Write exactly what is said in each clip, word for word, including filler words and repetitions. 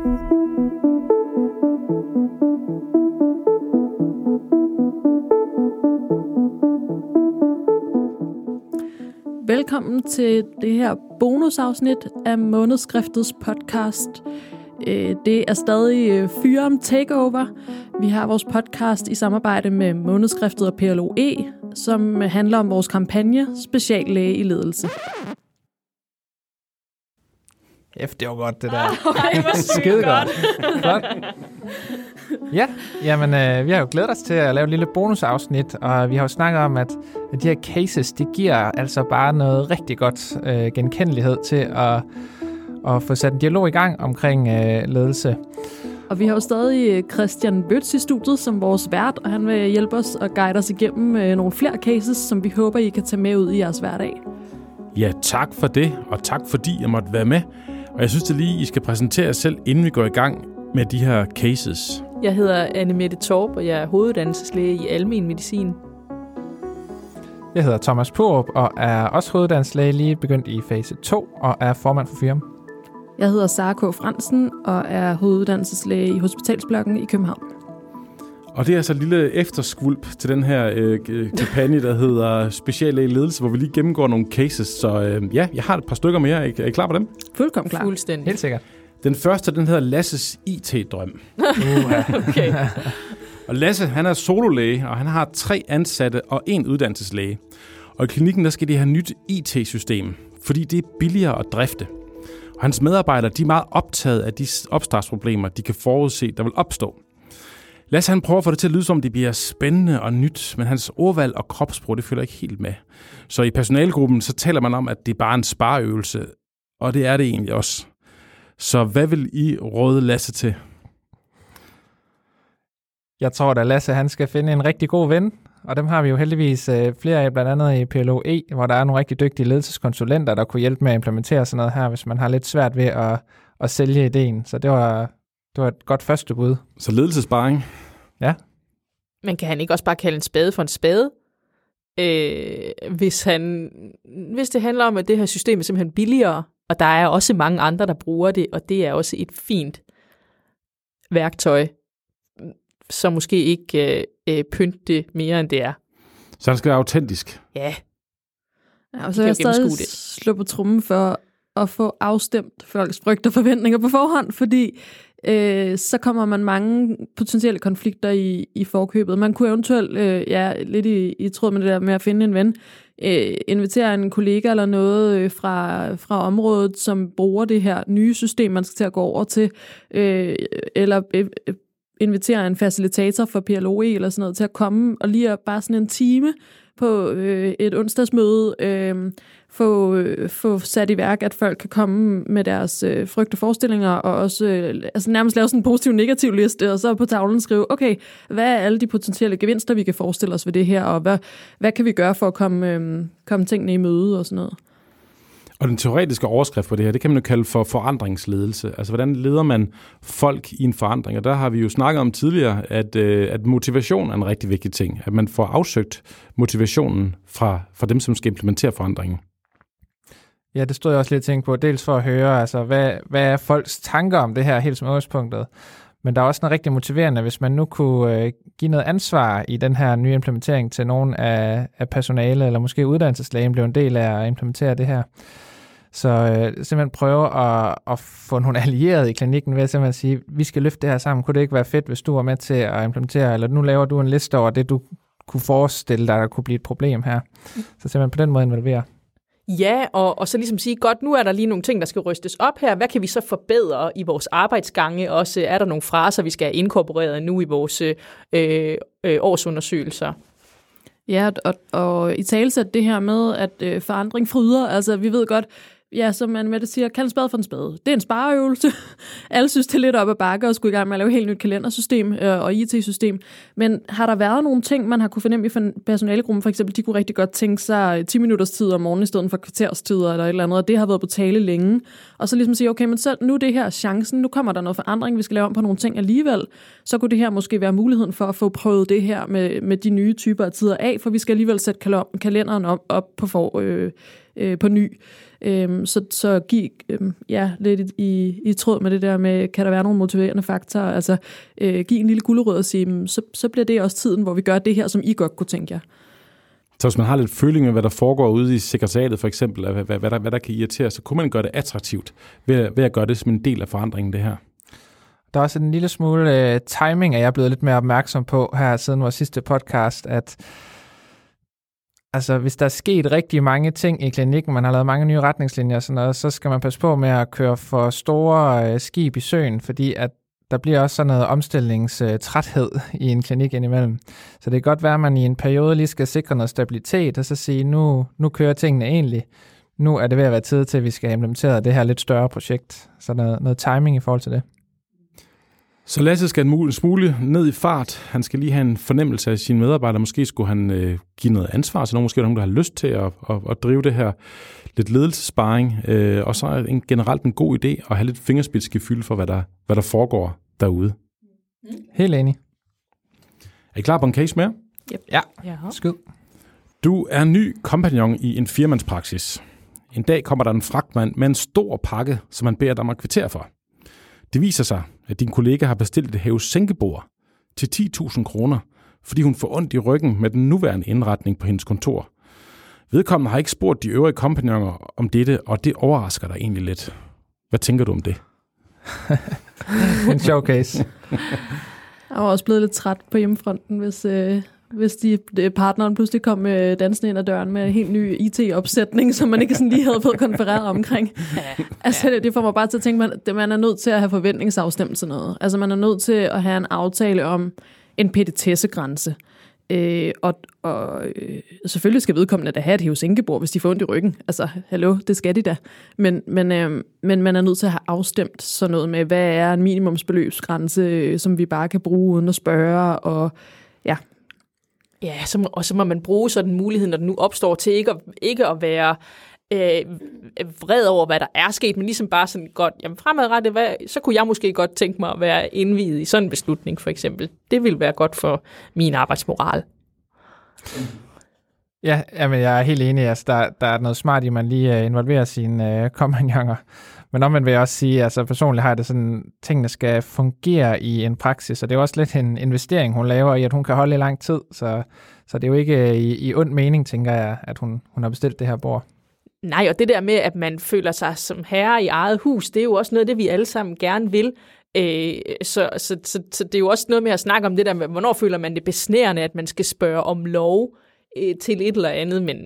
Velkommen til det her bonusafsnit af Månedsskriftets podcast. Det er stadig Fyrum Takeover. Vi har vores podcast i samarbejde med Månedsskriftet og P L O E, som handler om vores kampagne Speciallæge i ledelse. F, det var godt, det der. Ej, hvor skide godt. godt. Ja, jamen, øh, vi har jo glædet os til at lave et lille bonusafsnit, og vi har jo snakket om, at, at de her cases, det giver altså bare noget rigtig godt øh, genkendelighed til at, at få sat en dialog i gang omkring øh, ledelse. Og vi har jo stadig Christian Bøtz i studiet som vores vært, og han vil hjælpe os og guide os igennem øh, nogle flere cases, som vi håber, I kan tage med ud i jeres hverdag. Ja, tak for det, og tak fordi jeg måtte være med. Og jeg synes det lige, I skal præsentere jer selv, inden vi går i gang med de her cases. Jeg hedder Anne-Mette Torp, og jeg er hoveduddannelseslæge i almen medicin. Jeg hedder Thomas Porup, og er også hoveduddannelseslæge, lige begyndt i fase to, og er formand for Fyrum. Jeg hedder Sara K. Fransen, og er hoveduddannelseslæge i Hospitalsblokken i København. Og det er altså et lille efterskvulp til den her øh, kampagne, der hedder Speciallæge i ledelse, hvor vi lige gennemgår nogle cases. Så øh, ja, jeg har et par stykker mere. Er I, er I klar på dem? Fuldkommen klar. Fuldstændig. Helt sikkert. Den første, den hedder Lasses I T-drøm. Uh-huh. Okay. Og Lasse, han er sololæge, og han har tre ansatte og en uddannelseslæge. Og i klinikken, der skal de have nyt I T-system, fordi det er billigere at drifte. Og hans medarbejdere, de er meget optaget af de opstartsproblemer, de kan forudse, der vil opstå. Lasse, han prøver at få det til at lyde som, det bliver spændende og nyt, men hans ordvalg og kropssprog, det følger ikke helt med. Så i personalegruppen, så taler man om, at det er bare en spareøvelse, og det er det egentlig også. Så hvad vil I råde Lasse til? Jeg tror, at Lasse han skal finde en rigtig god ven, og dem har vi jo heldigvis øh, flere af, blandt andet i P L O E, hvor der er nogle rigtig dygtige ledelseskonsulenter, der kunne hjælpe med at implementere sådan noget her, hvis man har lidt svært ved at, at sælge ideen. Så det var, det var et godt første bud. Så ledelsesparing? Ja. Men kan han ikke også bare kalde en spade for en spade? Øh, hvis, han, hvis det handler om, at det her system er simpelthen billigere, og der er også mange andre, der bruger det, og det er også et fint værktøj, så måske ikke øh, pynte det mere, end det er. Så han skal være autentisk? Ja. Ja, og så vil jeg stadig slå på trummen for at få afstemt folks frygt og forventninger på forhånd, fordi øh, så kommer man mange potentielle konflikter i, i forkøbet. Man kunne eventuelt, øh, ja, lidt i, i tråd med det der med at finde en ven, øh, invitere en kollega eller noget øh, fra, fra området, som bruger det her nye system, man skal til at gå over til, øh, eller øh, invitere en facilitator for P L O E eller sådan noget til at komme og lige bare sådan en time på øh, et onsdagsmøde, øh, få, øh, få sat i værk, at folk kan komme med deres øh, frygt og forestillinger, og også øh, altså nærmest lave sådan en positiv-negativ liste, og så på tavlen skrive, okay, hvad er alle de potentielle gevinster, vi kan forestille os ved det her, og hvad, hvad kan vi gøre for at komme, øh, komme tingene i møde og sådan noget. Og den teoretiske overskrift på det her, det kan man jo kalde for forandringsledelse. Altså, hvordan leder man folk i en forandring? Og der har vi jo snakket om tidligere, at, øh, at motivation er en rigtig vigtig ting. At man får afsøgt motivationen fra, fra dem, som skal implementere forandringen. Ja, det stod jeg også lidt tænkt på. Dels for at høre, altså, hvad, hvad er folks tanker om det her, helt som udgangspunktet. Men der er også noget rigtig motiverende, hvis man nu kunne øh, give noget ansvar i den her nye implementering til nogen af, af personale, eller måske uddannelseslægen blev en del af at implementere det her. Så øh, simpelthen prøve at, at få nogle allierede i klinikken ved at simpelthen sige, vi skal løfte det her sammen. Kunne det ikke være fedt, hvis du var med til at implementere, eller nu laver du en liste over det, du kunne forestille dig, der kunne blive et problem her. Så simpelthen på den måde involvere. Ja, og, og så ligesom sige, godt, nu er der lige nogle ting, der skal rystes op her. Hvad kan vi så forbedre i vores arbejdsgange? Også er der nogle fraser, vi skal have inkorporeret nu i vores øh, øh, årsundersøgelser? Ja, og, og i talesæt det her med, at øh, forandring fryder. Altså, vi ved godt, ja, som man med det siger, kald en spade for en spade. Det er en spareøvelse. Alle synes, det er lidt op ad bakke og skulle i gang med at lave et helt nyt kalendersystem øh, og I T-system. Men har der været nogle ting, man har kunne fornemme i personalegruppen? For eksempel, de kunne rigtig godt tænke sig ti minutters tid om morgenen i stedet for kvarterstider eller et eller andet, og det har været på tale længe. Og så ligesom sige, okay, men så nu er det her chancen, nu kommer der noget forandring, vi skal lave om på nogle ting alligevel. Så kunne det her måske være muligheden for at få prøvet det her med, med de nye typer af tider af, for vi skal alligevel sætte kalenderen op, op på, for, øh, øh, på ny. Øhm, så, så giv øhm, ja, lidt i, i tråd med det der med, kan der være nogle motiverende faktorer? Altså, øh, giv en lille gulerod og sige, så, så bliver det også tiden, hvor vi gør det her, som I godt kunne tænke jer. Så hvis man har lidt føling med, hvad der foregår ude i sekretariatet for eksempel, hvad, hvad, hvad, der, hvad der kan irritere, så kunne man gøre det attraktivt ved, ved at gøre det som en del af forandringen, det her. Der er også en lille smule uh, timing, at jeg er blevet lidt mere opmærksom på her siden vores sidste podcast, at altså, hvis der er sket rigtig mange ting i klinikken, man har lavet mange nye retningslinjer og sådan noget, så skal man passe på med at køre for store uh, skib i søen, fordi at der bliver også sådan noget omstillingstræthed i en klinik indimellem. Så det kan godt være, at man i en periode lige skal sikre noget stabilitet, og så sige, nu, nu kører tingene egentlig. Nu er det ved at være tid til, at vi skal implementere det her lidt større projekt. Så noget, noget timing i forhold til det. Så Lasse skal en smule ned i fart. Han skal lige have en fornemmelse af sine medarbejdere. Måske skulle han øh, give noget ansvar til nogen. Måske er der nogen, der har lyst til at, at, at drive det her lidt ledelsessparing. Øh, og så er det generelt en god idé at have lidt fingerspidsgefühl for, hvad der, hvad der foregår derude. Helt enig. Er I klar på en case mere? Yep. Ja, ja. Skyd. Du er ny kompagnon i en firmandspraksis. En dag kommer der en fragtmand med en stor pakke, som han beder dig om at kvittere for. Det viser sig, at din kollega har bestilt et hæve-sænkebord til ti tusind kroner, fordi hun får ondt i ryggen med den nuværende indretning på hendes kontor. Vedkommende har ikke spurgt de øvrige kompagnoner om dette, og det overrasker dig egentlig lidt. Hvad tænker du om det? En showcase. Jeg var også blevet lidt træt på hjemmefronten, hvis, øh, hvis de, partneren pludselig kom med dansen ind ad døren med en helt ny I T-opsætning, som man ikke sådan lige havde fået konfereret omkring. Ja, altså, det, det får mig bare til at tænke, at man er nødt til at have forventningsafstemt sådan noget. Altså, man er nødt til at have en aftale om en petitessegrænse. Øh, og og øh, selvfølgelig skal vedkommende da have et hæve-sænkebord, hvis de får ondt i ryggen. Altså, hallo, det skal de da. Men, men, øh, men man er nødt til at have afstemt sådan noget med, hvad er en minimumsbeløbsgrænse, øh, som vi bare kan bruge uden at spørge, og ja. Ja, så må, og så må man bruge sådan en mulighed, når den nu opstår, til ikke at, ikke at være øh, vred over, hvad der er sket, men ligesom bare sådan godt, jamen fremadrettet, hvad, så kunne jeg måske godt tænke mig at være indviet i sådan en beslutning, for eksempel. Det ville være godt for min arbejdsmoral. Ja, jamen, jeg er helt enig. Altså, der, der er noget smart i, at man lige uh, involverer sine uh, kompagnoner. Men omvendt vil jeg også sige, altså personligt har jeg det sådan, tingene skal fungere i en praksis, og det er også lidt en investering, hun laver i, at hun kan holde i lang tid. Så, så det er jo ikke i, i ond mening, tænker jeg, at hun, hun har bestilt det her bord. Nej, og det der med, at man føler sig som herre i eget hus, det er jo også noget, det vi alle sammen gerne vil. Øh, så, så, så, så det er jo også noget med at snakke om det der med, hvornår føler man det besnærende, at man skal spørge om lov øh, til et eller andet, men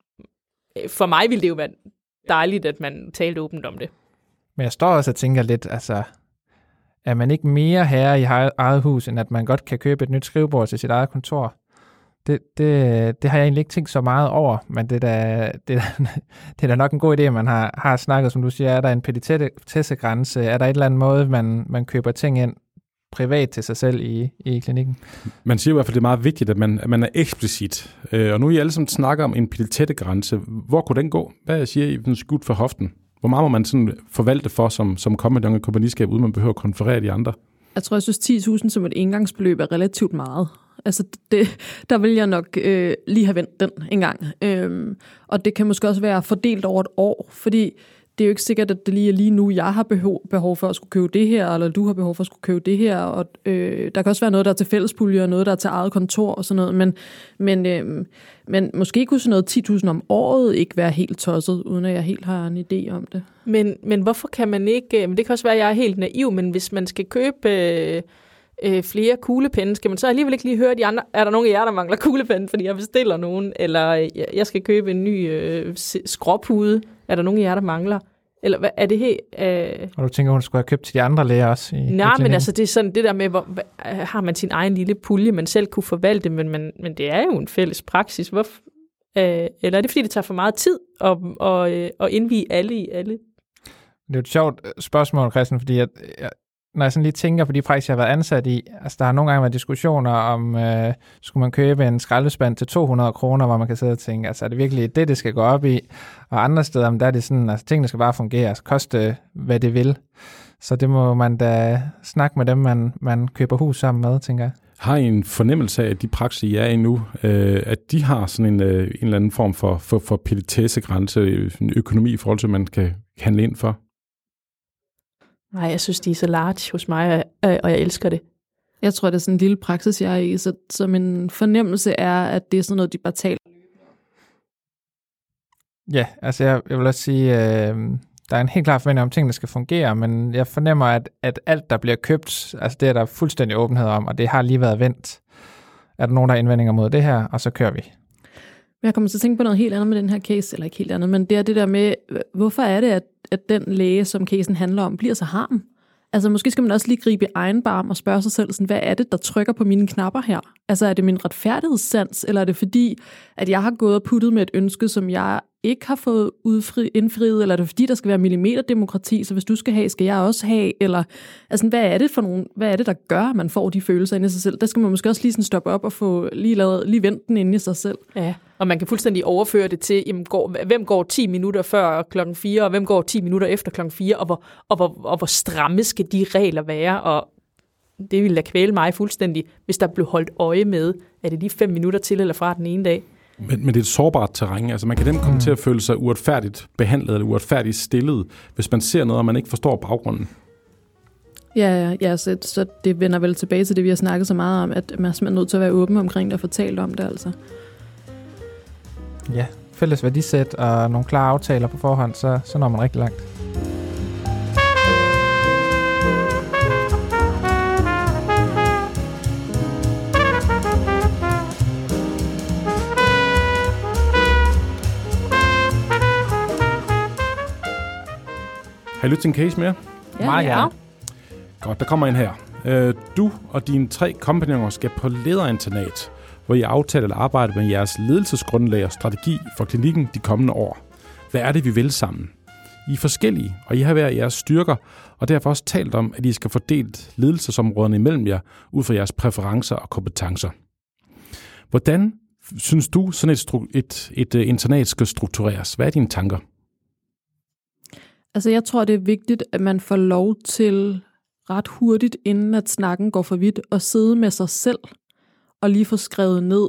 for mig ville det jo være dejligt, at man talte åbent om det. Men jeg står også og tænker lidt, altså, er man ikke mere herre i eget hus, end at man godt kan købe et nyt skrivebord til sit eget kontor? Det, det, det har jeg egentlig ikke tænkt så meget over, men det er da, det er da, det er da nok en god idé, at man har, har snakket, som du siger, er der en petitessegrænse, er der et eller andet måde, man, man køber ting ind privat til sig selv i, i klinikken? Man siger i hvert fald, det er meget vigtigt, at man, at man er eksplicit. Og nu er I alle sammen snakker om en petitessegrænse. Hvor kunne den gå? Hvad siger I skudt for hoften? Hvor meget må man sådan forvalte for som, som kompagnon og kompagniskab, uden man behøver at konferere de andre? Jeg tror, jeg synes ti tusind som et engangsbeløb er relativt meget. Altså, det, der vil jeg nok øh, lige have vendt den en gang. Øhm, og det kan måske også være fordelt over et år, fordi det er jo ikke sikkert, at det lige er lige nu, jeg har behov, behov for at skulle købe det her, eller du har behov for at skulle købe det her. Og, øh, der kan også være noget, der er til fællespulje, og noget, der er til eget kontor og sådan noget. Men, men, øh, men måske kunne sådan noget ti tusind om året ikke være helt tosset, uden at jeg helt har en idé om det. Men, men hvorfor kan man ikke... Men det kan også være, at jeg er helt naiv, men hvis man skal købe... Øh Øh, flere kuglepenne, skal man så alligevel ikke lige høre de andre, er der nogen af jer, der mangler kuglepenne, fordi jeg bestiller nogen, eller øh, jeg skal købe en ny øh, skråpude, er der nogen af jer, der mangler? Eller hvad, er det helt... Øh... Og du tænker, hun skulle have købt til de andre læger også? I, Nej, i men altså det er sådan det der med, hvor, hvor, har man sin egen lille pulje, man selv kunne forvalte, men, man, men det er jo en fælles praksis. Hvor, øh, eller er det fordi, det tager for meget tid at, og, øh, at indvige alle i alle? Det er jo et sjovt spørgsmål, Christian, fordi jeg, jeg når jeg sådan lige tænker på de praksis, jeg har været ansat i, altså der har nogle gange været diskussioner om, øh, skulle man købe en skraldespand til to hundrede kroner, hvor man kan sidde og tænke, altså er det virkelig det, det skal gå op i? Og andre steder, der er det sådan, altså tingene skal bare fungere, altså koste, hvad det vil. Så det må man da snakke med dem, man, man køber hus sammen med, tænker jeg. Har I en fornemmelse af, at de praksiser, I er i nu, øh, at de har sådan en, øh, en eller anden form for, for, for petitessegrænse, en økonomi i forhold til, at man kan handle ind for? Nej, jeg synes, de er så large hos mig, og jeg elsker det. Jeg tror, det er sådan en lille praksis, jeg er i, så, så min fornemmelse er, at det er sådan noget, de bare taler. Ja, altså jeg, jeg vil også sige, øh, der er en helt klar forventning om, at tingene skal fungere, men jeg fornemmer, at, at alt, der bliver købt, altså det er der fuldstændig åbenhed om, og det har lige været vendt. Er der nogen, der har indvendinger mod det her, og så kører vi. Jeg kommer til at tænke på noget helt andet med den her case, eller ikke helt andet, men det er det der med, hvorfor er det, at, at den læge, som casen handler om, bliver så harm? Altså måske skal man også lige gribe i egen barm og spørge sig selv, sådan, hvad er det, der trykker på mine knapper her? Altså er det min retfærdighedssans, eller er det fordi, at jeg har gået og puttet med et ønske, som jeg ikke har fået udfri, indfriet, eller er det fordi, der skal være millimeterdemokrati, så hvis du skal have, skal jeg også have, eller altså, hvad er det for nogle, hvad er det, der gør, at man får de følelser inde i sig selv? Der skal man måske også lige sådan stoppe op og få lige, lavet, lige vendt den inde i sig selv. Ja, og man kan fuldstændig overføre det til, jamen, går, hvem går ti minutter før klokken fire, og hvem går ti minutter efter klokken fire, og hvor, og, hvor, og hvor stramme skal de regler være, og det ville da kvæle mig fuldstændig, hvis der blev holdt øje med, er det lige fem minutter til eller fra den ene dag. Men, men det er et sårbart terræn. Altså man kan nemt komme mm. til at føle sig uretfærdigt behandlet eller uretfærdigt stillet, hvis man ser noget, og man ikke forstår baggrunden. Ja, ja, ja så, så det vender vel tilbage til det, vi har snakket så meget om, at man er nødt til at være åben omkring det og fortælle om det, altså. Ja, fælles værdisæt og nogle klare aftaler på forhånd, så, så når man rigtig langt. Har I lyttet til en case mere? Ja, Meget ja. gerne. Godt, der kommer en her. Øh, du og dine tre kompagnoner skal på lederinternat, hvor I aftaler at arbejde med jeres ledelsesgrundlag og strategi for klinikken de kommende år. Hvad er det, vi vil sammen? I er forskellige, og I har hver jeres styrker, og derfor også talt om, at I skal fordele ledelsesområderne imellem jer, ud fra jeres præferencer og kompetencer. Hvordan synes du, sådan et, stru- et, et, et internat skal struktureres? Hvad er dine tanker? Altså jeg tror, det er vigtigt, at man får lov til ret hurtigt, inden at snakken går for vidt, at sidde med sig selv og lige få skrevet ned,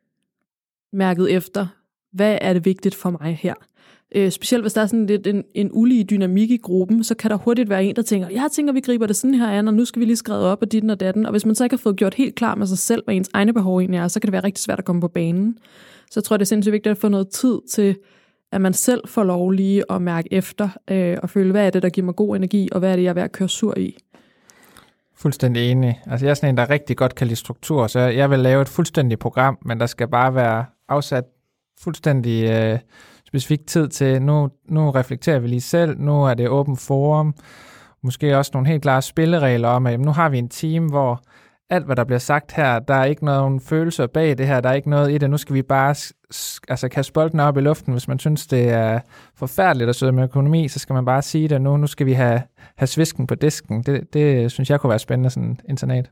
mærket efter, hvad er det vigtigt for mig her? Øh, specielt hvis der er sådan lidt en, en ulige dynamik i gruppen, så kan der hurtigt være en, der tænker, jeg tænker, vi griber det sådan her an, og nu skal vi lige skrive op af ditten og datten. Og hvis man så ikke har fået gjort helt klar med sig selv, hvad ens egne behov egentlig er, så kan det være rigtig svært at komme på banen. Så jeg tror, det er sindssygt vigtigt at få noget tid til, at man selv får lov lige at mærke efter, øh, og føle, hvad er det, der giver mig god energi, og hvad er det, jeg er ved at køre sur i. Fuldstændig enig. Altså jeg er sådan en, der rigtig godt kan lide struktur, så jeg vil lave et fuldstændigt program, men der skal bare være afsat fuldstændig øh, specifik tid til, nu, nu reflekterer vi lige selv, nu er det åbent forum, måske også nogle helt klare spilleregler om, at jamen, nu har vi en team, hvor alt, hvad der bliver sagt her, der er ikke nogen følelser bag det her, der er ikke noget i det, nu skal vi bare altså, kaste bolden op i luften, hvis man synes, det er forfærdeligt at søge med økonomi, så skal man bare sige det nu, nu skal vi have, have svisken på disken. Det, det synes jeg kunne være spændende, sådan et internat.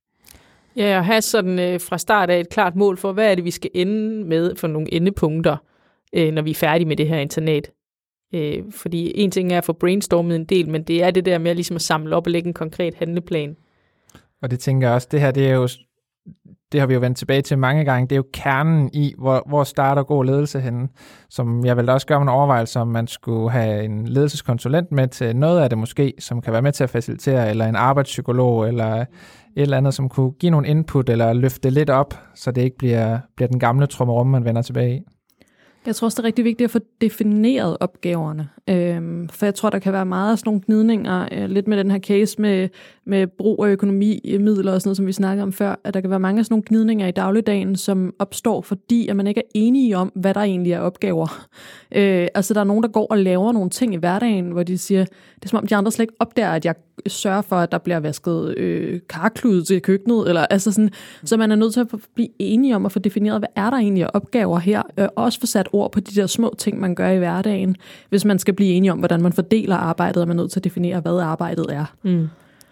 Ja, og have sådan øh, fra start af et klart mål for, hvad er det, vi skal ende med for nogle endepunkter, øh, når vi er færdige med det her internat. Øh, fordi en ting er at få brainstormet en del, men det er det der med ligesom at samle op og lægge en konkret handleplan. Og det tænker jeg også, det her, det er jo, det har vi jo vendt tilbage til mange gange, det er jo kernen i, hvor, hvor starter god ledelse henne, som jeg vil også gøre en overvejelse, om man skulle have en ledelseskonsulent med til noget af det måske, som kan være med til at facilitere, eller en arbejdspsykolog, eller et eller andet, som kunne give nogle input, eller løfte lidt op, så det ikke bliver, bliver den gamle trummerum, man vender tilbage i. Jeg tror også, det er rigtig vigtigt at få defineret opgaverne. Øhm, for jeg tror, der kan være meget af sådan nogle gnidninger, øh, lidt med den her case med, med brug af økonomi, midler og sådan noget, som vi snakkede om før, at der kan være mange af sådan nogle gnidninger i dagligdagen, som opstår, fordi at man ikke er enige om, hvad der egentlig er opgaver. Øh, altså, der er nogen, der går og laver nogle ting i hverdagen, hvor de siger, det er som om de andre slet ikke opdager, at jeg sørger for, at der bliver vasket øh, karklud til køkkenet, eller altså sådan, så man er nødt til at blive enige om at få defineret, hvad er der egentlig af opgaver her, øh, også få sat ord på de der små ting, man gør i hverdagen. Hvis man skal blive enige om, hvordan man fordeler arbejdet, er man nødt til at definere, hvad arbejdet er. Mm.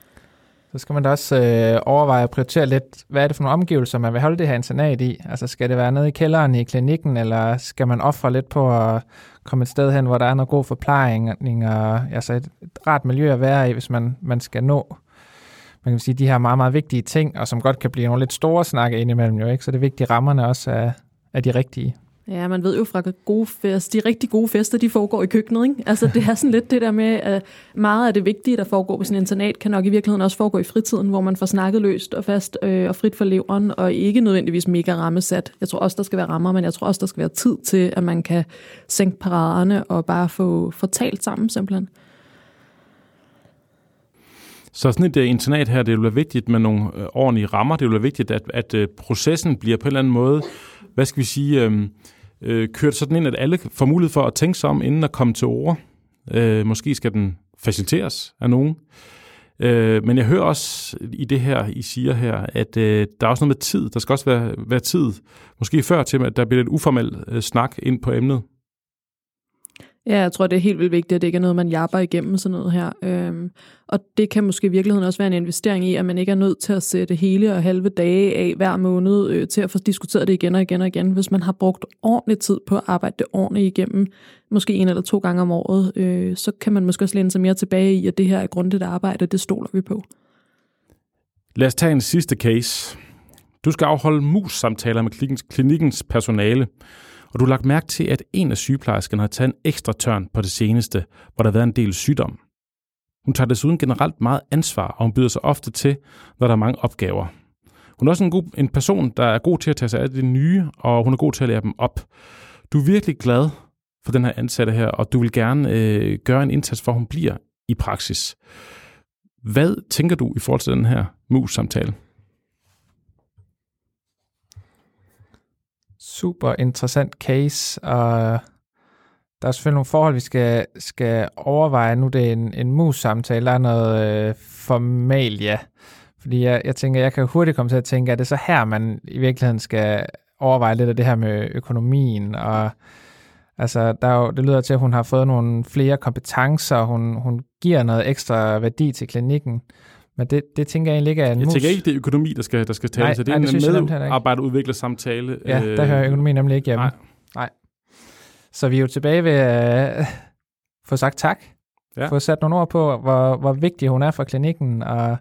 Så skal man da også øh, overveje at prioritere lidt, hvad er det for nogle omgivelser, man vil holde det her internat i? Altså skal det være nede i kælderen i klinikken, eller skal man ofre lidt på at komme et sted hen, hvor der er noget god forplejning, og altså et, et rart miljø at være i, hvis man, man skal nå man kan sige, de her meget, meget vigtige ting, og som godt kan blive nogle lidt store snakke indimellem jo, ikke? Så det er vigtigt, at rammerne også er, er de rigtige. Ja, man ved jo fra gode fester, de rigtig gode fester, de foregår i køkkenet, ikke? Altså det er sådan lidt det der med, at meget af det vigtige, der foregår på sådan en internat, kan nok i virkeligheden også foregå i fritiden, hvor man får snakket løst og fast øh, og frit for leveren, og ikke nødvendigvis mega rammesat. Jeg tror også, der skal være rammer, men jeg tror også, der skal være tid til, at man kan sænke paraderne og bare få, få talt sammen simpelthen. Så sådan et uh, internat her, det vil være vigtigt med nogle uh, ordentlige rammer. Det vil være vigtigt, at, at uh, processen bliver på en eller anden måde, hvad skal vi sige, um, uh, kørt sådan ind, at alle får mulighed for at tænke sig om, inden at komme til ord. Uh, måske skal den faciliteres af nogen. Uh, men jeg hører også i det her, I siger her, at uh, der er også noget med tid. Der skal også være, være tid, måske før til, at der bliver lidt uformel uh, snak ind på emnet. Ja, jeg tror, det er helt vildt vigtigt, at det ikke er noget, man japper igennem sådan noget her. Øhm, og det kan måske i virkeligheden også være en investering i, at man ikke er nødt til at sætte hele og halve dage af hver måned øh, til at få diskuteret det igen og igen og igen. Hvis man har brugt ordentlig tid på at arbejde det ordentligt igennem, måske en eller to gange om året, øh, så kan man måske også læne sig mere tilbage i, at det her er grundigt arbejde, det stoler vi på. Lad os tage en sidste case. Du skal afholde mus-samtaler med klinikkens personale. Og du har lagt mærke til, at en af sygeplejerskerne har taget en ekstra tørn på det seneste, hvor der har været en del sygdom. Hun tager desuden generelt meget ansvar, og hun byder sig ofte til, når der er mange opgaver. Hun er også en, god, en person, der er god til at tage sig af det nye, og hun er god til at lære dem op. Du er virkelig glad for den her ansatte her, og du vil gerne øh, gøre en indsats for, at hun bliver i praksis. Hvad tænker du i forhold til den her mus-samtale? Super interessant case, og der er selvfølgelig nogle forhold, vi skal, skal overveje. Nu det er en, en mus-samtale, der er noget øh, formalia. Fordi jeg, jeg tænker, jeg kan hurtigt komme til at tænke, at det er så her, man i virkeligheden skal overveje lidt af det her med økonomien. Og altså, der er jo, det lyder til, at hun har fået nogle flere kompetencer, hun, hun giver noget ekstra værdi til klinikken. Men det, det tænker jeg egentlig ikke er en Jeg mus. tænker ikke, det er økonomi, der skal, der skal tale. Nej, så det er nej, en medarbejderudvikler samtale. Ja, der hører økonomi nemlig ikke hjemme. Nej. nej. Så vi er jo tilbage ved at uh, få sagt tak. Ja. Få sat nogle ord på, hvor, hvor vigtig hun er for klinikken, og,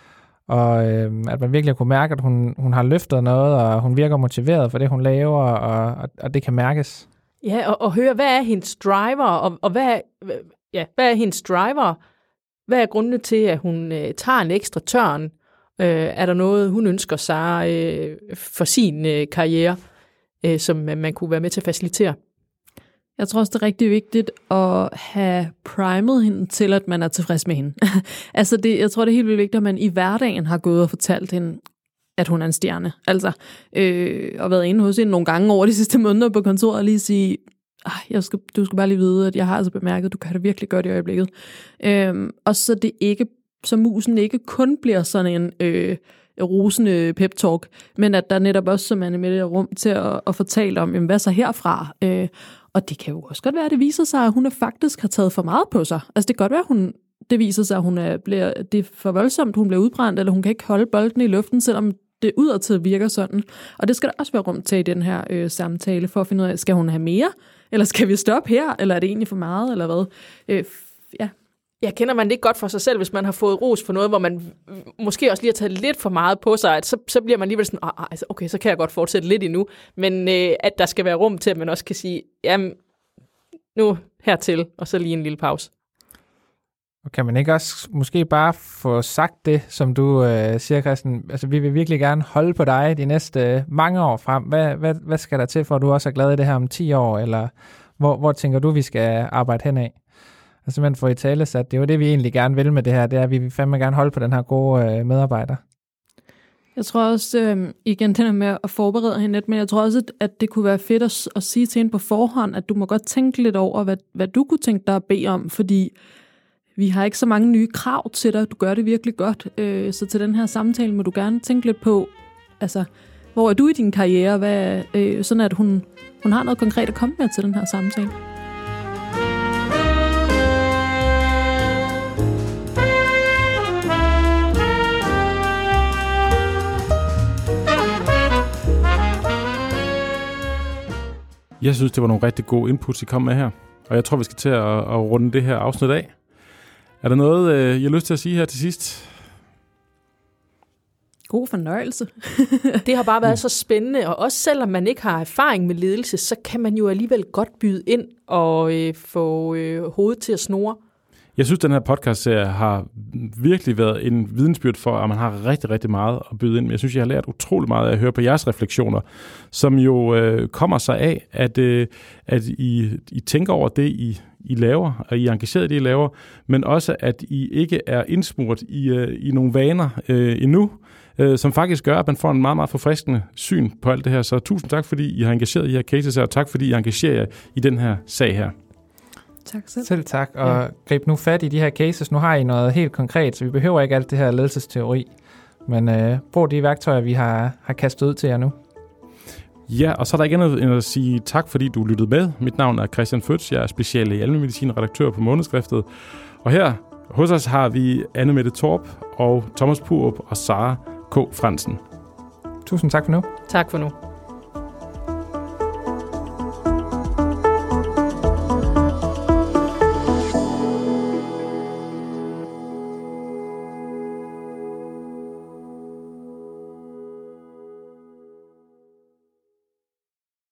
og øh, at man virkelig kunne mærke, at hun, hun har løftet noget, og hun virker motiveret for det, hun laver, og, og, og det kan mærkes. Ja, og, og høre, hvad er hendes driver, og, og hvad, ja, hvad er hendes driver? Hvad er grundene til, at hun øh, tager en ekstra tørn? Øh, er der noget, hun ønsker sig øh, for sin øh, karriere, øh, som man kunne være med til at facilitere? Jeg tror også, det er rigtig vigtigt at have primet hende til, at man er tilfreds med hende. altså, det, jeg tror, det er helt vildt vigtigt, at man i hverdagen har gået og fortalt hende, at hun er en stjerne. Altså, øh, og været inde hos hende nogle gange over de sidste måneder på kontoret og lige sige, jeg skal, du skal bare lige vide, at jeg har altså bemærket, at du kan det virkelig godt i øjeblikket. Øhm, og så det ikke, så musen ikke kun bliver sådan en øh, rosende pep-talk, men at der netop også, som man er med det rum til at, at fortælle om, jamen, hvad så herfra? Øh, og det kan jo også godt være, at det viser sig, at hun faktisk har taget for meget på sig. Altså det kan godt være, at hun, det viser sig, at hun er, bliver, det er for voldsomt, hun bliver udbrændt, eller hun kan ikke holde bolden i luften, selvom det udadtil virker sådan. Og det skal der også være rum til i den her øh, samtale, for at finde ud af, skal hun have mere? Eller skal vi stoppe her? Eller er det egentlig for meget? Eller hvad? Øh, ja. Jeg kender man det ikke godt for sig selv, hvis man har fået ros for noget, hvor man måske også lige har taget lidt for meget på sig, at så, så bliver man alligevel sådan, ah, altså, okay, så kan jeg godt fortsætte lidt endnu. Men øh, at der skal være rum til, at man også kan sige, jamen, nu hertil, og så lige en lille pause. Og kan man ikke også måske bare få sagt det, som du øh, siger, Christian? Altså, vi vil virkelig gerne holde på dig de næste øh, mange år frem. Hvad, hvad, hvad skal der til, for at du også er glad i det her om ti år? Eller hvor, hvor tænker du, vi skal arbejde hen af? Altså, man får i tale sat, det er jo det, vi egentlig gerne vil med det her. Det er, at vi vil fandme gerne holde på den her gode øh, medarbejder. Jeg tror også, øh, igen det her med at forberede hende lidt, men jeg tror også, at det kunne være fedt at, at sige til hende på forhånd, at du må godt tænke lidt over, hvad, hvad du kunne tænke dig at bede om, fordi vi har ikke så mange nye krav til dig. Du gør det virkelig godt. Øh, så til den her samtale må du gerne tænke lidt på, altså, hvor er du i din karriere? Hvad, øh, sådan at hun, hun har noget konkret at komme med til den her samtale. Jeg synes, det var nogle rigtig gode inputs, I kom med her. Og jeg tror, vi skal til at, at runde det her afsnit af. Er der noget, I har lyst til at sige her til sidst? God fornøjelse. Det har bare været så spændende, og også selvom man ikke har erfaring med ledelse, så kan man jo alligevel godt byde ind og øh, få øh, hovedet til at snurre. Jeg synes, den her podcast-serie har virkelig været en vidensbyrd for, at man har rigtig, rigtig meget at byde ind med. Jeg synes, jeg har lært utrolig meget af at høre på jeres refleksioner, som jo øh, kommer sig af, at, øh, at I, I tænker over det, I, I laver, og I er engageret i det, I laver, men også, at I ikke er indsmurt i, øh, i nogle vaner øh, endnu, øh, som faktisk gør, at man får en meget, meget forfriskende syn på alt det her. Så tusind tak, fordi I har engageret i de her cases her, og tak, fordi I engagerer jer i den her sag her. Tak selv. Selv tak, og ja. Grib nu fat i de her cases. Nu har I noget helt konkret, så vi behøver ikke alt det her ledelsesteori. Men øh, brug de værktøjer, vi har, har kastet ud til jer nu. Ja, og så er der ikke andet end at sige tak, fordi du lyttede med. Mit navn er Christian Føtz, jeg er speciale i almenmedicin, redaktør på Månedskriftet. Og her hos os har vi Anne Mette Torp og Thomas Purup og Sara K. Fransen. Tusind tak for nu. Tak for nu.